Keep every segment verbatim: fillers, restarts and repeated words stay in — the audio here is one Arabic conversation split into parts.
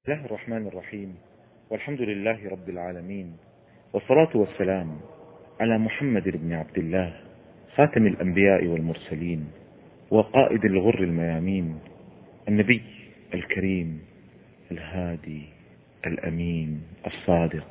بسم الله الرحمن الرحيم، والحمد لله رب العالمين، والصلاة والسلام على محمد بن عبد الله خاتم الأنبياء والمرسلين وقائد الغر الميامين، النبي الكريم الهادي الأمين الصادق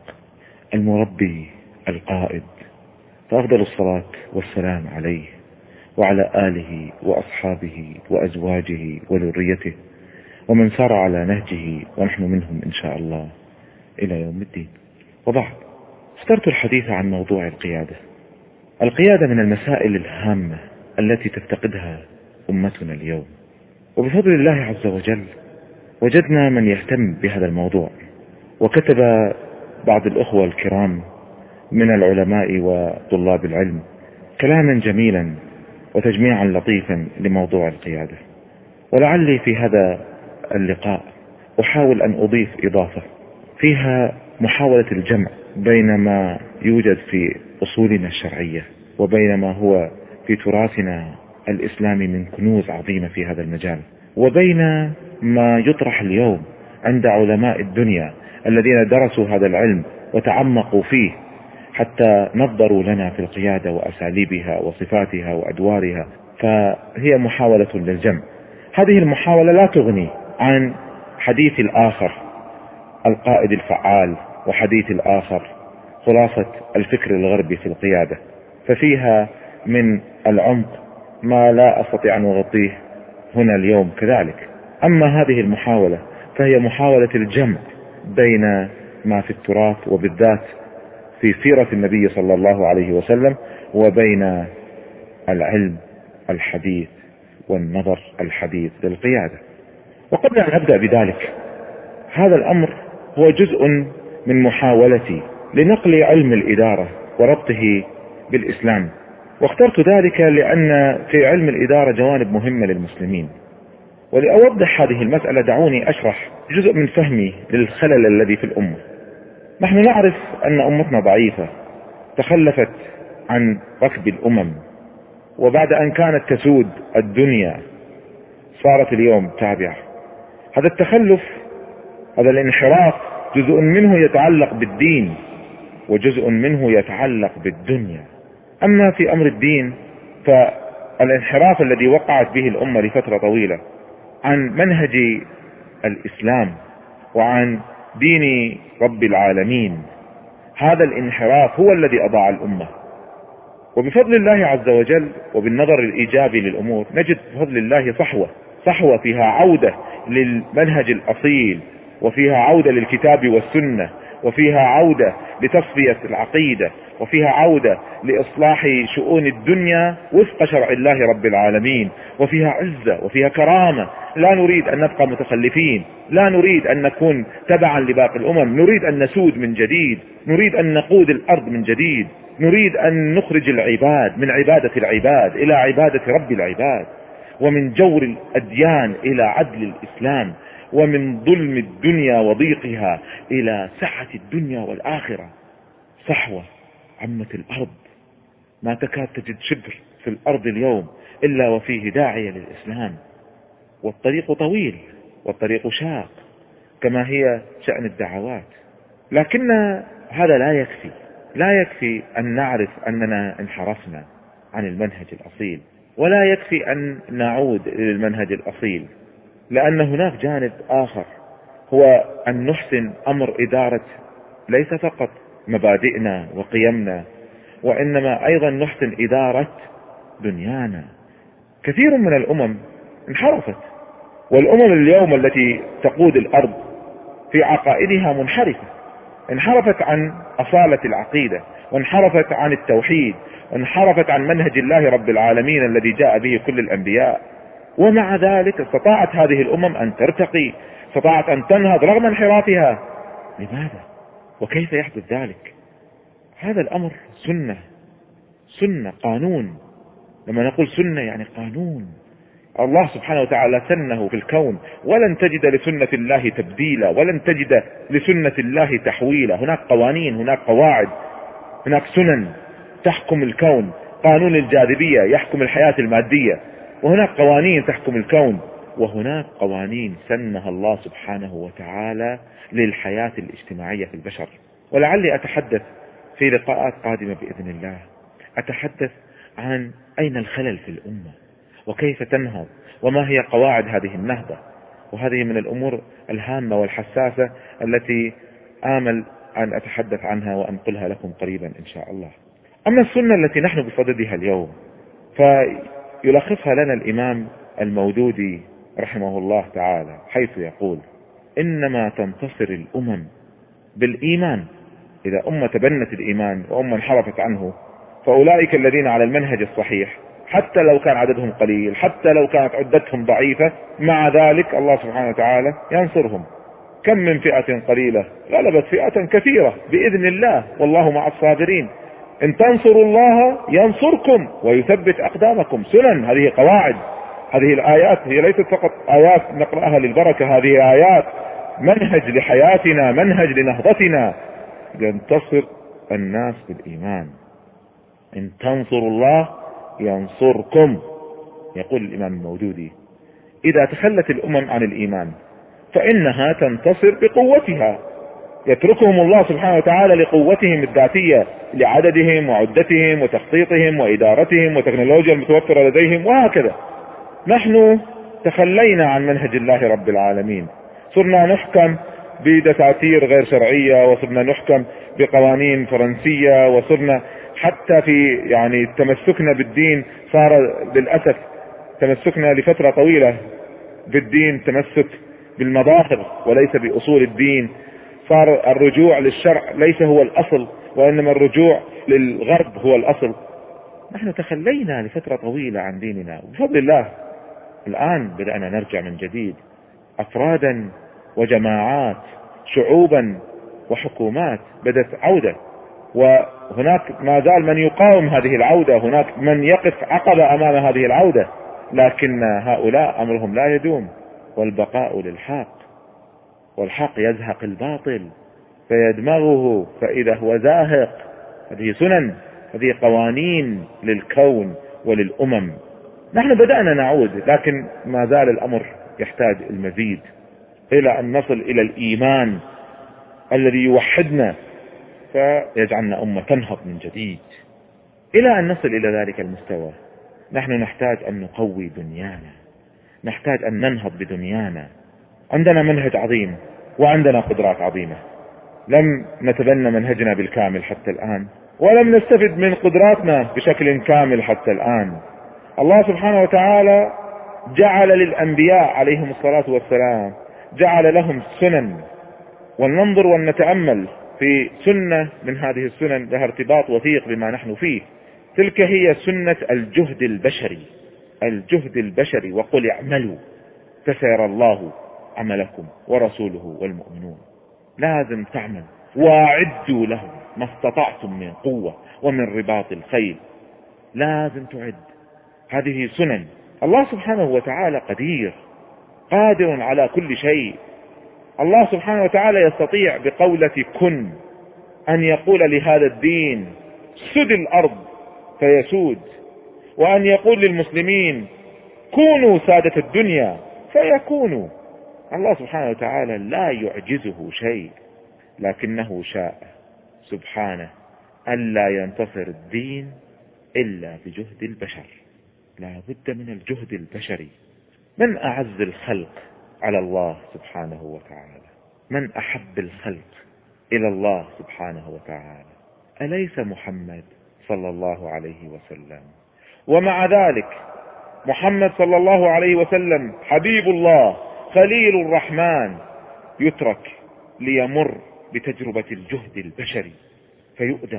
المربي القائد، فأفضل الصلاة والسلام عليه وعلى آله وأصحابه وأزواجه وذريته ومن سار على نهجه ونحن منهم إن شاء الله إلى يوم الدين. وبعد، اخترت الحديث عن موضوع القيادة. القيادة من المسائل الهامة التي تفتقدها أمتنا اليوم، وبفضل الله عز وجل وجدنا من يهتم بهذا الموضوع، وكتب بعض الأخوة الكرام من العلماء وطلاب العلم كلاما جميلا وتجميعا لطيفا لموضوع القيادة. ولعلي في هذا اللقاء أحاول أن أضيف إضافة فيها محاولة الجمع بين ما يوجد في أصولنا الشرعية وبين ما هو في تراثنا الإسلامي من كنوز عظيمة في هذا المجال، وبين ما يطرح اليوم عند علماء الدنيا الذين درسوا هذا العلم وتعمقوا فيه حتى نظروا لنا في القيادة وأساليبها وصفاتها وأدوارها. فهي محاولة للجمع. هذه المحاولة لا تغني عن حديث الآخر القائد الفعال، وحديث الآخر خلاصة الفكر الغربي في القيادة، ففيها من العمق ما لا أستطيع أن أغطيه هنا اليوم كذلك. أما هذه المحاولة فهي محاولة الجمع بين ما في التراث وبالذات في سيرة النبي صلى الله عليه وسلم وبين العلم الحديث والنظر الحديث للقيادة. وقبل أن أبدأ بذلك، هذا الأمر هو جزء من محاولتي لنقل علم الإدارة وربطه بالإسلام، واخترت ذلك لأن في علم الإدارة جوانب مهمة للمسلمين. ولأوضح هذه المسألة دعوني أشرح جزء من فهمي للخلل الذي في الأمة. نحن نعرف أن أمتنا ضعيفة تخلفت عن ركب الأمم، وبعد أن كانت تسود الدنيا صارت اليوم تابعة. هذا التخلف، هذا الانحراف، جزء منه يتعلق بالدين وجزء منه يتعلق بالدنيا. أما في أمر الدين فالانحراف الذي وقعت به الأمة لفترة طويلة عن منهج الإسلام وعن دين رب العالمين، هذا الانحراف هو الذي أضاع الأمة. وبفضل الله عز وجل وبالنظر الإيجابي للأمور نجد بفضل الله صحوة صحوة فيها عودة للمنهج الأصيل، وفيها عودة للكتاب والسنة، وفيها عودة لتصفية العقيدة، وفيها عودة لإصلاح شؤون الدنيا وفق شرع الله رب العالمين، وفيها عزة وفيها كرامة. لا نريد أن نبقى متخلفين، لا نريد أن نكون تبعا لباقي الأمم، نريد أن نسود من جديد، نريد أن نقود الأرض من جديد، نريد أن نخرج العباد من عبادة العباد إلى عبادة رب العباد، ومن جور الأديان إلى عدل الإسلام، ومن ظلم الدنيا وضيقها إلى سعة الدنيا والآخرة. صحوة عمت الأرض، ما تكاد تجد شبر في الأرض اليوم إلا وفيه داعية للإسلام. والطريق طويل والطريق شاق كما هي شأن الدعوات، لكن هذا لا يكفي لا يكفي أن نعرف أننا انحرفنا عن المنهج الأصيل، ولا يكفي أن نعود للمنهج الأصيل، لأن هناك جانب آخر هو أن نحسن أمر إدارة ليس فقط مبادئنا وقيمنا، وإنما أيضا نحسن إدارة دنيانا. كثير من الأمم انحرفت، والأمم اليوم التي تقود الأرض في عقائدها منحرفة، انحرفت عن أصالة العقيدة، وانحرفت عن التوحيد، وانحرفت عن منهج الله رب العالمين الذي جاء به كل الأنبياء. ومع ذلك استطاعت هذه الأمم أن ترتقي، استطاعت أن تنهض رغم انحرافها. لماذا؟ وكيف يحدث ذلك؟ هذا الأمر سنة سنة قانون. لما نقول سنة يعني قانون، الله سبحانه وتعالى سنه في الكون، ولن تجد لسنة الله تبديلا، ولن تجد لسنة الله تحويلا. هناك قوانين، هناك قواعد، هناك سنن تحكم الكون. قانون الجاذبية يحكم الحياة المادية، وهناك قوانين تحكم الكون، وهناك قوانين سنها الله سبحانه وتعالى للحياة الاجتماعية في البشر. ولعلي أتحدث في لقاءات قادمة بإذن الله، أتحدث عن أين الخلل في الأمة وكيف تنهض وما هي قواعد هذه النهضة. وهذه من الأمور الهامة والحساسة التي آمل أن أتحدث عنها وأنقلها لكم قريبا إن شاء الله. أما السنة التي نحن بصددها اليوم فيلخصها لنا الإمام المودودي رحمه الله تعالى، حيث يقول: إنما تنتصر الأمم بالإيمان. إذا أمة تبنت الإيمان وأمة انحرفت عنه فأولئك الذين على المنهج الصحيح، حتى لو كان عددهم قليل، حتى لو كانت عدتهم ضعيفة، مع ذلك الله سبحانه وتعالى ينصرهم. كم من فئة قليلة غلبت فئة كثيرة بإذن الله، والله مع الصابرين. إن تنصروا الله ينصركم ويثبت أقدامكم. سنن، هذه قواعد، هذه الآيات هي ليست فقط آيات نقرأها للبركة، هذه آيات منهج لحياتنا، منهج لنهضتنا. ينتصر الناس بالإيمان. إن تنصروا الله ينصركم. يقول الإمام المودودي: إذا تخلت الأمم عن الإيمان فإنها تنتصر بقوتها، يتركهم الله سبحانه وتعالى لقوتهم الذاتية، لعددهم وعدتهم وتخطيطهم وإدارتهم وتكنولوجيا المتوفرة لديهم وهكذا. نحن تخلينا عن منهج الله رب العالمين، صرنا نحكم بدساتير غير شرعية، وصرنا نحكم بقوانين فرنسية، وصرنا حتى في يعني تمسكنا بالدين صار للأسف تمسكنا لفترة طويلة بالدين تمسك بالمظاهر وليس بأصول الدين. صار الرجوع للشرع ليس هو الأصل، وإنما الرجوع للغرب هو الأصل. نحن تخلينا لفترة طويلة عن ديننا، وبفضل الله الآن بدأنا نرجع من جديد، أفرادا وجماعات، شعوبا وحكومات بدأت عودة، وهناك ما زال من يقاوم هذه العودة، هناك من يقف عقبة أمام هذه العودة، لكن هؤلاء أمرهم لا يدوم، والبقاء للحق، والحق يزهق الباطل فيدمغه فإذا هو زاهق. هذه سنن، هذه قوانين للكون وللأمم. نحن بدأنا نعود، لكن ما زال الأمر يحتاج المزيد إلى أن نصل إلى الإيمان الذي يوحدنا فيجعلنا أمة تنهض من جديد. إلى أن نصل إلى ذلك المستوى نحن نحتاج أن نقوي دنيانا، نحتاج أن ننهض بدنيانا. عندنا منهج عظيم وعندنا قدرات عظيمة، لم نتبنى منهجنا بالكامل حتى الآن، ولم نستفد من قدراتنا بشكل كامل حتى الآن. الله سبحانه وتعالى جعل للأنبياء عليهم الصلاة والسلام جعل لهم سنن، ولننظر ونتأمل في سنة من هذه السنن لها ارتباط وثيق بما نحن فيه. تلك هي سنة الجهد البشري، الجهد البشري. وقل اعملوا فسيرى الله عملكم ورسوله والمؤمنون. لازم تعمل، واعدوا لهم ما استطعتم من قوة ومن رباط الخيل. لازم تعد. هذه سنن. الله سبحانه وتعالى قدير، قادر على كل شيء. الله سبحانه وتعالى يستطيع بقولة كن أن يقول لهذا الدين سد الأرض فيسود، وأن يقول للمسلمين كونوا سادة الدنيا فيكونوا. الله سبحانه وتعالى لا يعجزه شيء، لكنه شاء سبحانه ألا ينتصر الدين إلا بجهد البشر. لا بد من الجهد البشري. من أعز الخلق على الله سبحانه وتعالى؟ من أحب الخلق إلى الله سبحانه وتعالى؟ أليس محمد صلى الله عليه وسلم؟ ومع ذلك محمد صلى الله عليه وسلم حبيب الله خليل الرحمن يترك ليمر بتجربة الجهد البشري فيؤذى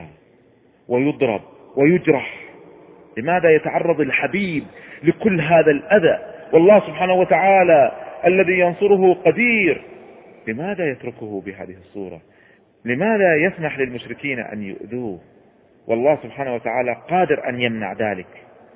ويضرب ويجرح. لماذا يتعرض الحبيب لكل هذا الأذى والله سبحانه وتعالى الذي ينصره قدير؟ لماذا يتركه بهذه الصورة؟ لماذا يسمح للمشركين أن يؤذوه والله سبحانه وتعالى قادر أن يمنع ذلك؟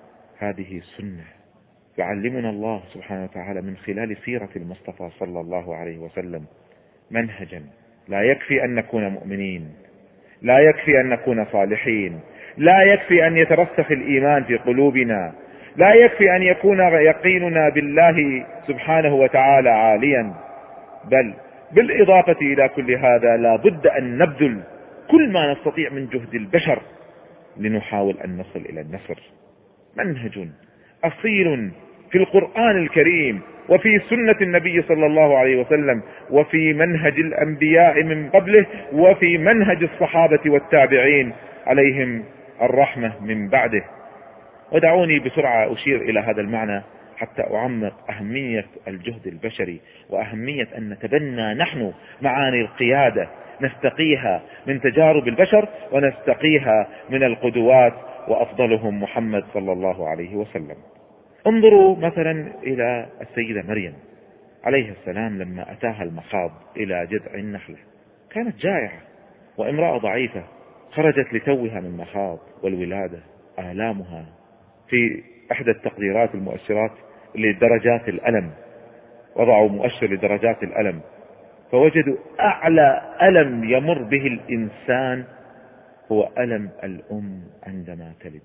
هذه السنة يعلمنا الله سبحانه وتعالى من خلال سيرة المصطفى صلى الله عليه وسلم منهجا. لا يكفي أن نكون مؤمنين، لا يكفي أن نكون صالحين، لا يكفي أن يترسخ الإيمان في قلوبنا، لا يكفي أن يكون يقيننا بالله سبحانه وتعالى عاليا، بل بالإضافة إلى كل هذا لا بد أن نبذل كل ما نستطيع من جهد البشر لنحاول أن نصل إلى النصر. منهج أصيل في القرآن الكريم وفي سنة النبي صلى الله عليه وسلم وفي منهج الأنبياء من قبله وفي منهج الصحابة والتابعين عليهم الرحمة من بعده. ودعوني بسرعة أشير إلى هذا المعنى حتى أعمق أهمية الجهد البشري وأهمية أن نتبنى نحن معاني القيادة نستقيها من تجارب البشر ونستقيها من القدوات وأفضلهم محمد صلى الله عليه وسلم. انظروا مثلا إلى السيدة مريم عليه السلام لما أتاها المخاض إلى جذع النخلة، كانت جائعة وامرأة ضعيفة، خرجت لتوها من مخاض والولادة آلامها في إحدى التقديرات المؤشرات لدرجات الألم، وضعوا مؤشر لدرجات الألم فوجدوا أعلى ألم يمر به الإنسان هو ألم الأم عندما تلد.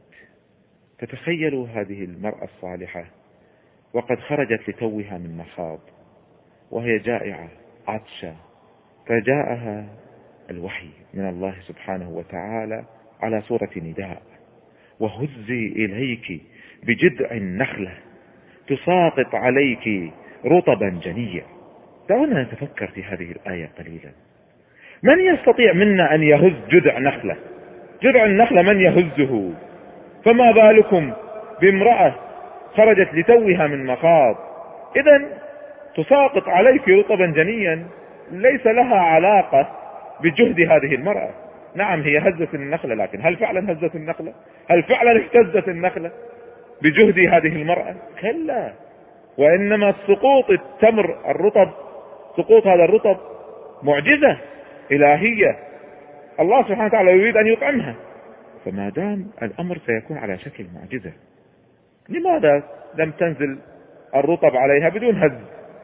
فتخيلوا هذه المرأة الصالحة وقد خرجت لتوها من مخاض وهي جائعة عطشة، فجاءها الوحي من الله سبحانه وتعالى على صورة نداء: وهزي إليك بجذع النخلة تساقط عليك رطبا جنيا. دعونا نتفكر في هذه الآية قليلا. من يستطيع منا أن يهز جذع نخلة؟ جذع النخلة من يهزه؟ فما بالكم بامرأة خرجت لتوها من مخاض. إذن تساقط عليك رطبا جنيا ليس لها علاقة بجهد هذه المرأة. نعم هي هزت النخلة، لكن هل فعلا هزت النخلة؟ هل فعلا اهتزت النخلة بجهد هذه المرأة؟ كلا، وإنما سقوط التمر الرطب، سقوط هذا الرطب معجزة إلهية، الله سبحانه وتعالى يريد أن يطعمها، فما دام الأمر سيكون على شكل معجزة لماذا لم تنزل الرطب عليها بدون هز؟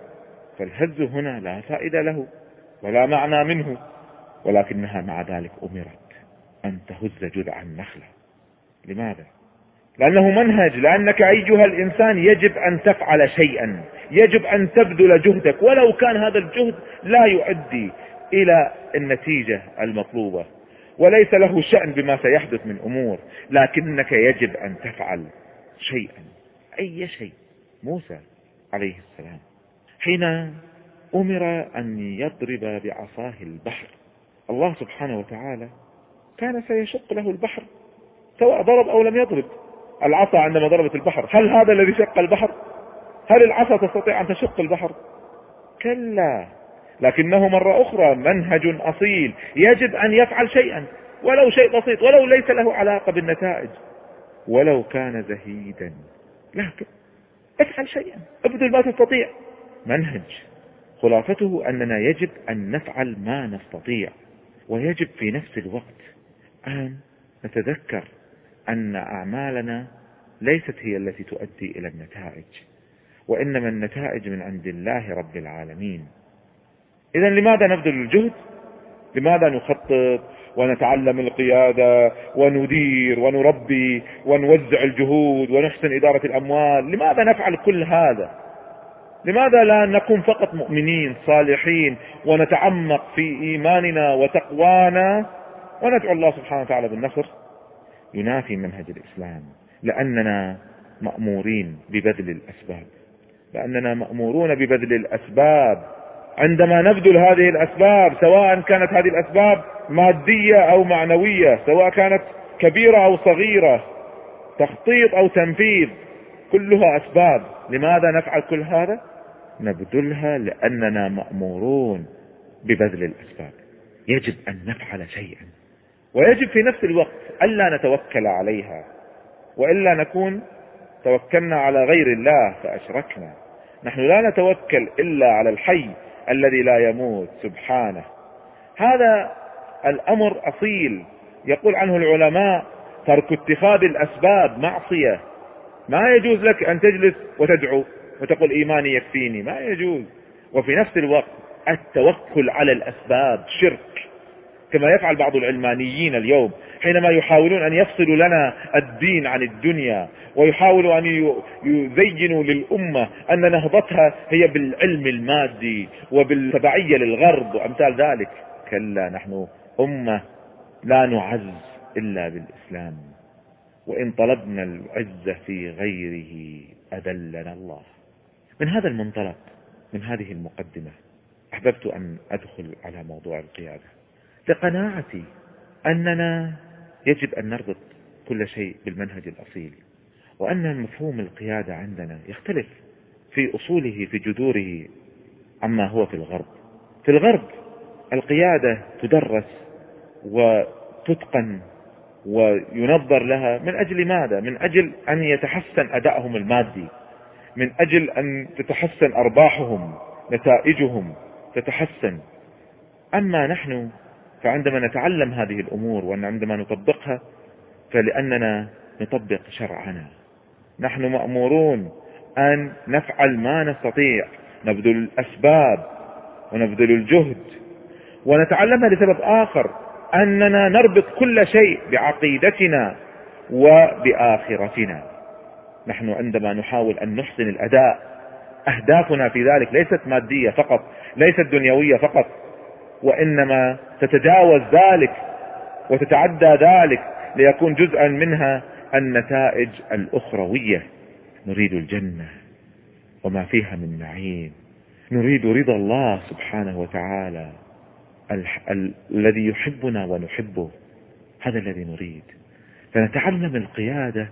فالهز هنا لا فائدة له ولا معنى منه، ولكنها مع ذلك أمرت أن تهز جذع النخلة. لماذا؟ لأنه منهج، لأنك أيها الإنسان يجب أن تفعل شيئا، يجب أن تبذل جهدك ولو كان هذا الجهد لا يؤدي إلى النتيجة المطلوبة وليس له شأن بما سيحدث من أمور، لكنك يجب أن تفعل شيئا، أي شيء. موسى عليه السلام حين أمر أن يضرب بعصاه البحر، الله سبحانه وتعالى كان سيشق له البحر سواء ضرب أو لم يضرب. العصا عندما ضربت البحر هل هذا الذي شق البحر؟ هل العصا تستطيع أن تشق البحر؟ كلا، لكنه مرة أخرى منهج أصيل، يجب أن يفعل شيئا ولو شيء بسيط، ولو ليس له علاقة بالنتائج، ولو كان زهيدا، لكن افعل شيئا، ابذل ما تستطيع. منهج خلاصته أننا يجب أن نفعل ما نستطيع، ويجب في نفس الوقت أن نتذكر أن أعمالنا ليست هي التي تؤدي إلى النتائج، وإنما النتائج من عند الله رب العالمين. إذن لماذا نبذل الجهد؟ لماذا نخطط ونتعلم القيادة وندير ونربي ونوزع الجهود ونحسن إدارة الأموال؟ لماذا نفعل كل هذا؟ لماذا لا نكون فقط مؤمنين صالحين ونتعمق في إيماننا وتقوانا وندعو الله سبحانه وتعالى بالنصر؟ ينافي منهج الإسلام، لأننا مأمورين ببذل الأسباب، لأننا مأمورون ببذل الأسباب. عندما نبذل هذه الأسباب سواء كانت هذه الأسباب مادية أو معنوية، سواء كانت كبيرة أو صغيرة، تخطيط أو تنفيذ، كلها أسباب. لماذا نفعل كل هذا؟ نبذلها لأننا مأمورون ببذل الأسباب. يجب أن نفعل شيئا، ويجب في نفس الوقت ألا نتوكل عليها، وإلا نكون توكلنا على غير الله فأشركنا. نحن لا نتوكل إلا على الحي الذي لا يموت سبحانه. هذا الأمر أصيل، يقول عنه العلماء: ترك اتخاذ الأسباب معصية. ما يجوز لك أن تجلس وتدعو وتقول إيماني يكفيني، ما يجوز. وفي نفس الوقت التوكل على الأسباب شرك، كما يفعل بعض العلمانيين اليوم حينما يحاولون أن يفصلوا لنا الدين عن الدنيا، ويحاولوا أن يزينوا للأمة أن نهضتها هي بالعلم المادي وبالتبعية للغرب وأمثال ذلك. كلا، نحن أمة لا نعز إلا بالإسلام، وإن طلبنا العزة في غيره أذلنا الله. من هذا المنطلق، من هذه المقدمة، أحببت أن أدخل على موضوع القيادة لقناعتي أننا يجب أن نربط كل شيء بالمنهج الأصيل، وأن مفهوم القيادة عندنا يختلف في أصوله في جذوره عما هو في الغرب. في الغرب القيادة تدرس وتتقن وينظر لها من أجل ماذا؟ من أجل أن يتحسن أدائهم المادي، من أجل أن تتحسن أرباحهم، نتائجهم تتحسن. أما نحن فعندما نتعلم هذه الأمور وعندما نطبقها فلأننا نطبق شرعنا. نحن مأمورون أن نفعل ما نستطيع، نبذل الأسباب ونبذل الجهد، ونتعلمها لسبب آخر، أننا نربط كل شيء بعقيدتنا وبآخرتنا. نحن عندما نحاول أن نحسن الأداء أهدافنا في ذلك ليست مادية فقط، ليست دنيوية فقط، وإنما تتجاوز ذلك وتتعدى ذلك ليكون جزءا منها النتائج الأخروية. نريد الجنة وما فيها من نعيم، نريد رضا الله سبحانه وتعالى ال... الذي يحبنا ونحبه، هذا الذي نريد. فنتعلم القيادة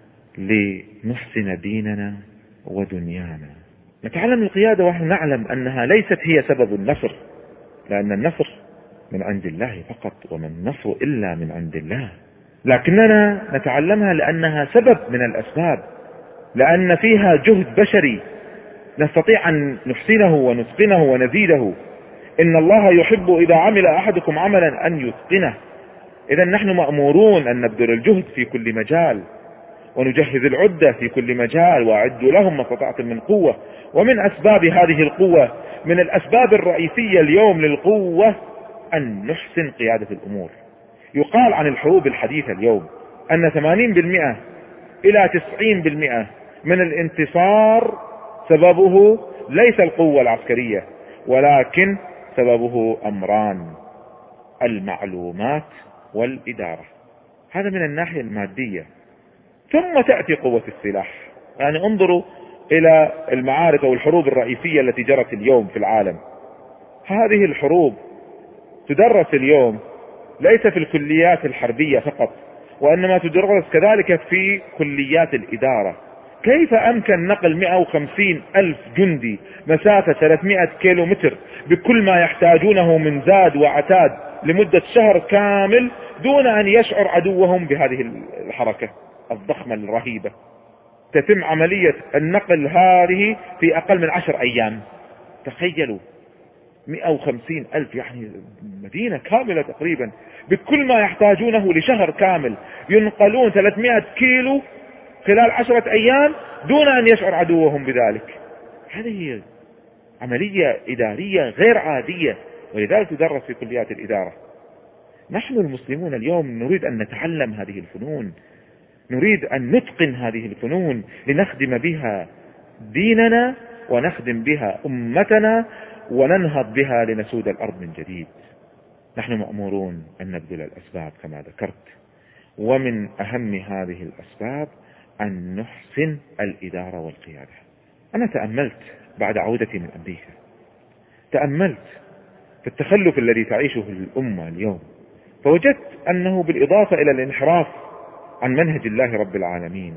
لنحسن ديننا ودنيانا. نتعلم القيادة ونحن نعلم أنها ليست هي سبب النصر، لأن النصر من عند الله فقط، وما النصر إلا من عند الله، لكننا نتعلمها لأنها سبب من الأسباب، لأن فيها جهد بشري نستطيع أن نحسنه ونتقنه ونزيده. إن الله يحب إذا عمل أحدكم عملا أن يتقنه. إذا نحن مأمورون أن نبذل الجهد في كل مجال، ونجهز العدة في كل مجال، وأعدوا لهم ما استطعتم من قوة. ومن أسباب هذه القوة، من الأسباب الرئيسية اليوم للقوة، أن نحسن قيادة الأمور. يقال عن الحروب الحديثة اليوم أن ثمانين بالمئة إلى تسعين بالمئة من الانتصار سببه ليس القوة العسكرية، ولكن سببه أمران: المعلومات والإدارة. هذا من الناحية المادية. ثم تأتي قوة السلاح. يعني انظروا إلى المعارك والحروب الرئيسية التي جرت اليوم في العالم. هذه الحروب تدرس اليوم ليس في الكليات الحربية فقط، وإنما تدرس كذلك في كليات الإدارة. كيف أمكن نقل مئة وخمسين ألف جندي مسافة ثلاثمئة كيلو متر بكل ما يحتاجونه من زاد وعتاد لمدة شهر كامل دون أن يشعر عدوهم بهذه الحركة الضخمة الرهيبة؟ تتم عملية النقل هذه في أقل من عشر أيام. تخيلوا، مئة وخمسين ألف، يعني مدينة كاملة تقريبا، بكل ما يحتاجونه لشهر كامل ينقلون ثلاثمئة كيلو خلال عشرة أيام دون أن يشعر عدوهم بذلك. هذه عملية إدارية غير عادية، ولذلك تدرس في كليات الإدارة. نحن المسلمون اليوم نريد أن نتعلم هذه الفنون، نريد أن نتقن هذه الفنون لنخدم بها ديننا ونخدم بها أمتنا وننهض بها لنسود الأرض من جديد. نحن مأمورون أن نبذل الأسباب كما ذكرت، ومن أهم هذه الأسباب أن نحسن الإدارة والقيادة. أنا تأملت بعد عودتي من أمريكا، تأملت في التخلف الذي تعيشه الأمة اليوم، فوجدت أنه بالإضافة إلى الانحراف عن منهج الله رب العالمين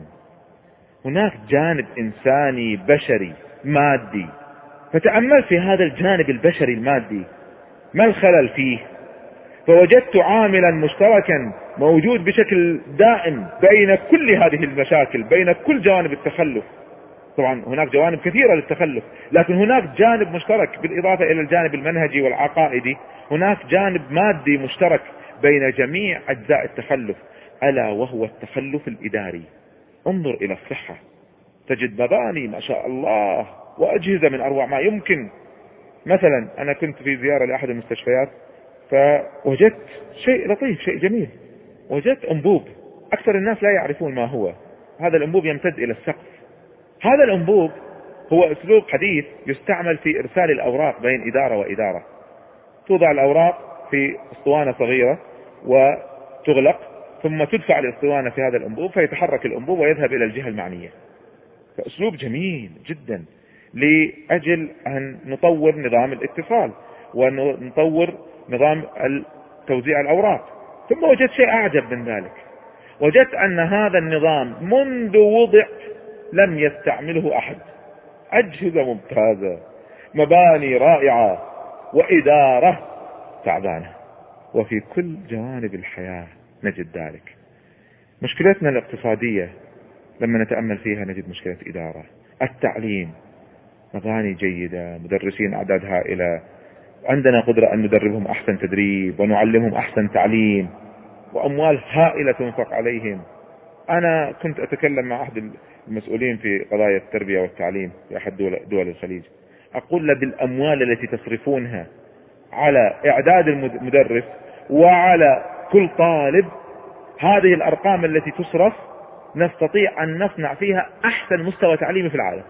هناك جانب إنساني بشري مادي. فتأملت في هذا الجانب البشري المادي ما الخلل فيه، فوجدت عاملا مشتركا موجود بشكل دائم بين كل هذه المشاكل، بين كل جوانب التخلف. طبعا هناك جوانب كثيرة للتخلف، لكن هناك جانب مشترك بالإضافة إلى الجانب المنهجي والعقائدي، هناك جانب مادي مشترك بين جميع أجزاء التخلف، ألا وهو التخلف الإداري. انظر إلى الصحة، تجد مباني ما شاء الله وأجهزة من أروع ما يمكن. مثلا أنا كنت في زيارة لأحد المستشفيات فوجدت شيء لطيف، شيء جميل. وجدت أنبوب أكثر الناس لا يعرفون ما هو. هذا الأنبوب يمتد إلى السقف. هذا الأنبوب هو أسلوب حديث يستعمل في إرسال الأوراق بين إدارة وإدارة. توضع الأوراق في اسطوانة صغيرة وتغلق، ثم تدفع الاسطوانة في هذا الأنبوب، فيتحرك الأنبوب ويذهب إلى الجهة المعنية. فأسلوب جميل جدا لأجل أن نطور نظام الاتصال ونطور نظام توزيع الأوراق. ثم وجدت شيء أعجب من ذلك، وجدت أن هذا النظام منذ وضع لم يستعمله أحد. أجهزة ممتازة، مباني رائعة، وإدارة تعبانة، وفي كل جوانب الحياة نجد ذلك. مشكلتنا الاقتصادية لما نتأمل فيها نجد مشكلة إدارة. التعليم، مباني جيدة، مدرسين أعداد هائلة، عندنا قدرة أن ندربهم أحسن تدريب ونعلمهم أحسن تعليم، وأموال هائلة تنفق عليهم. أنا كنت أتكلم مع أحد المسؤولين في قضايا التربية والتعليم في أحد دول, دول الخليج، أقول له بالأموال التي تصرفونها على إعداد المدرس وعلى كل طالب، هذه الأرقام التي تصرف نستطيع أن نصنع فيها أحسن مستوى تعليمي في العالم.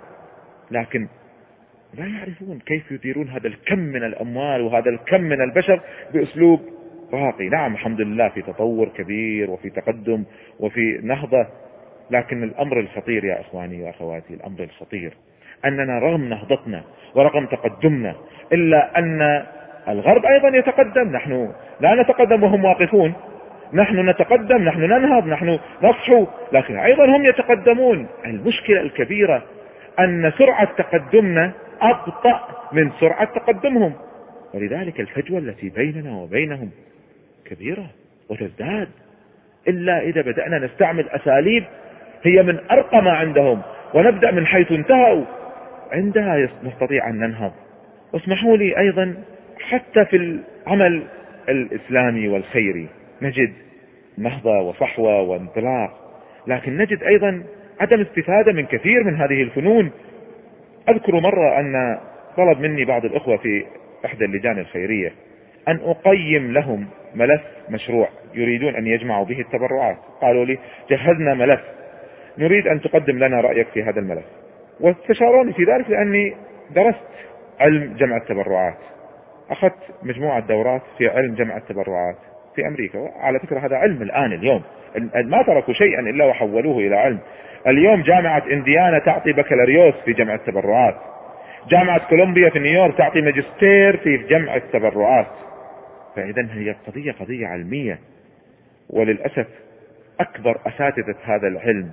لكن لا يعرفون كيف يديرون هذا الكم من الأموال وهذا الكم من البشر بأسلوب راقي. نعم الحمد لله في تطور كبير وفي تقدم وفي نهضة، لكن الأمر الخطير يا إخواني وأخواتي، الأمر الخطير أننا رغم نهضتنا ورغم تقدمنا إلا أن الغرب أيضا يتقدم. نحن لا نتقدم وهم واقفون، نحن نتقدم، نحن ننهض، نحن نصحو، لكن أيضا هم يتقدمون. المشكلة الكبيرة أن سرعة تقدمنا أبطأ من سرعة تقدمهم، ولذلك الفجوة التي بيننا وبينهم كبيرة وتزداد، إلا إذا بدأنا نستعمل أساليب هي من أرقى ما عندهم ونبدأ من حيث انتهوا، عندها نستطيع أن ننهض. واسمحوا لي أيضا حتى في العمل الإسلامي والخيري نجد نهضة وصحوة وانطلاق، لكن نجد أيضا عدم استفادة من كثير من هذه الفنون. أذكر مرة أن طلب مني بعض الأخوة في إحدى اللجان الخيرية أن أقيم لهم ملف مشروع يريدون أن يجمعوا به التبرعات. قالوا لي جهزنا ملف، نريد أن تقدم لنا رأيك في هذا الملف. واستشاروني في ذلك لأني درست علم جمع التبرعات، أخذت مجموعة دورات في علم جمع التبرعات في أمريكا. على فكرة هذا علم الآن، اليوم ما تركوا شيئا إلا وحولوه إلى علم. اليوم جامعة إنديانا تعطي بكالوريوس في جمع التبرعات، جامعة كولومبيا في نيويورك تعطي ماجستير في جمع التبرعات. فإذا هي قضية قضية علمية، وللأسف أكبر أساتذة هذا العلم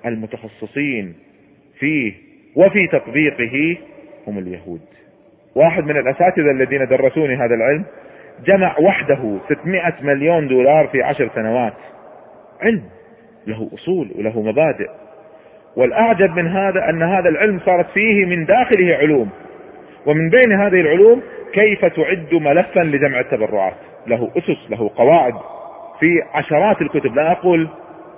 المتخصصين فيه وفي تطبيقه هم اليهود. واحد من الأساتذة الذين درسوني هذا العلم جمع وحده ستمائة مليون دولار في عشر سنوات. علم له أصول وله مبادئ، والأعجب من هذا أن هذا العلم صارت فيه من داخله علوم، ومن بين هذه العلوم كيف تعد ملفا لجمع التبرعات. له أسس، له قواعد في عشرات الكتب، لا أقول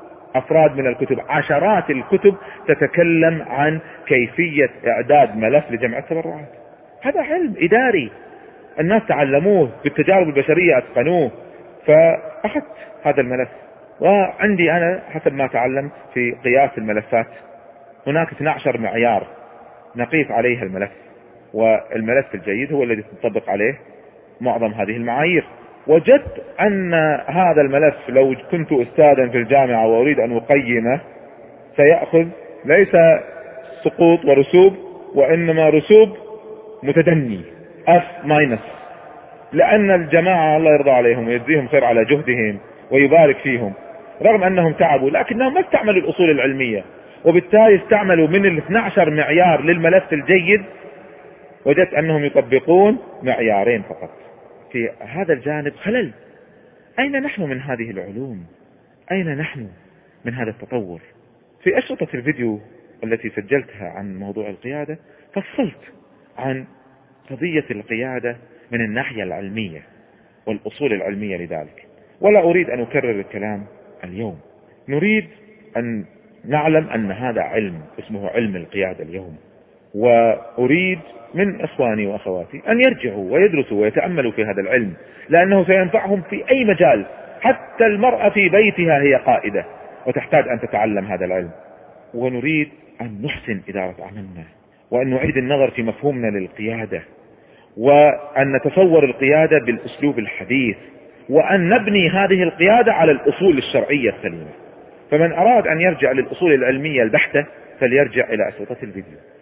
أفراد من الكتب، عشرات الكتب تتكلم عن كيفية إعداد ملف لجمع التبرعات. هذا علم إداري الناس تعلموه بالتجارب البشرية، أتقنوه. فأخذت هذا الملف، وعندي أنا حسب ما تعلمت في قياس الملفات هناك اثني عشر معيار نقيس عليها الملف، والملف الجيد هو الذي تطبق عليه معظم هذه المعايير. وجدت أن هذا الملف لو كنت أستاذا في الجامعة وأريد أن أقيمه سيأخذ ليس سقوط ورسوب، وإنما رسوب متدني F ماينس، لأن الجماعة الله يرضى عليهم ويجزيهم خير على جهدهم ويبارك فيهم، رغم أنهم تعبوا لكنهم ما استعملوا الأصول العلمية، وبالتالي استعملوا من الاثني عشر معيار للملف الجيد وجدت أنهم يطبقون معيارين فقط. في هذا الجانب خلل. أين نحن من هذه العلوم؟ أين نحن من هذا التطور؟ في أشرطة الفيديو التي سجلتها عن موضوع القيادة فصلت عن قضية القيادة من الناحية العلمية والأصول العلمية لذلك، ولا أريد أن أكرر الكلام اليوم. نريد أن نعلم أن هذا علم اسمه علم القيادة اليوم، وأريد من إخواني وأخواتي أن يرجعوا ويدرسوا ويتأملوا في هذا العلم، لأنه سينفعهم في أي مجال. حتى المرأة في بيتها هي قائدة وتحتاج أن تتعلم هذا العلم. ونريد أن نحسن إدارة أعمالنا، وأن نعيد النظر في مفهومنا للقيادة، وأن نتصور القيادة بالأسلوب الحديث، وأن نبني هذه القيادة على الأصول الشرعية السليمة. فمن أراد أن يرجع للأصول العلمية البحتة فليرجع إلى أشرطة الفيديو.